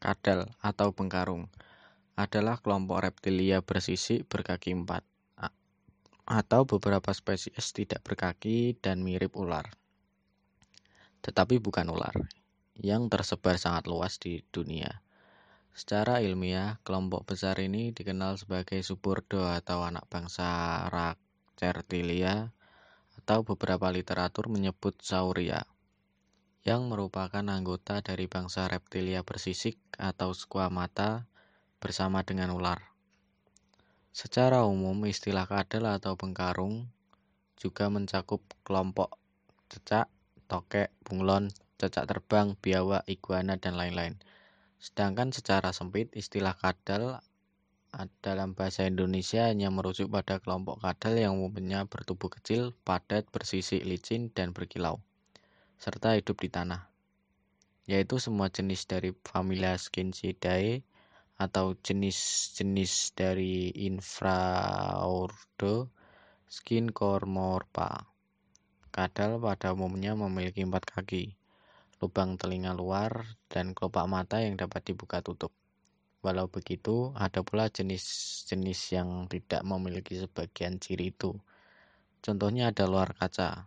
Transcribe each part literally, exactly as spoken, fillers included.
Kadal atau bengkarung adalah kelompok reptilia bersisik berkaki empat, atau beberapa spesies tidak berkaki dan mirip ular, tetapi bukan ular, yang tersebar sangat luas di dunia. Secara ilmiah, kelompok besar ini dikenal sebagai subordo atau anak bangsa Raccertilia, atau beberapa literatur menyebut Sauria, yang merupakan anggota dari bangsa reptilia bersisik atau squamata bersama dengan ular. Secara umum, istilah kadal atau bengkarung juga mencakup kelompok cecak, tokek, bunglon, cecak terbang, biawak, iguana, dan lain-lain. Sedangkan secara sempit, istilah kadal dalam bahasa Indonesia hanya merujuk pada kelompok kadal yang umumnya bertubuh kecil, padat, bersisik licin, dan berkilau, serta hidup di tanah, yaitu semua jenis dari familia Scincidae atau jenis-jenis dari infraordo Scincomorpha. Kadal pada umumnya memiliki empat kaki, lubang telinga luar, dan kelopak mata yang dapat dibuka tutup. Walau begitu, ada pula jenis-jenis yang tidak memiliki sebagian ciri itu. Contohnya ada luar kaca,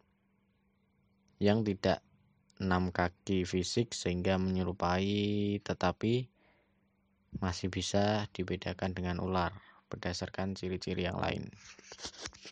yang tidak enam kaki fisik sehingga menyerupai tetapi masih bisa dibedakan dengan ular berdasarkan ciri-ciri yang lain.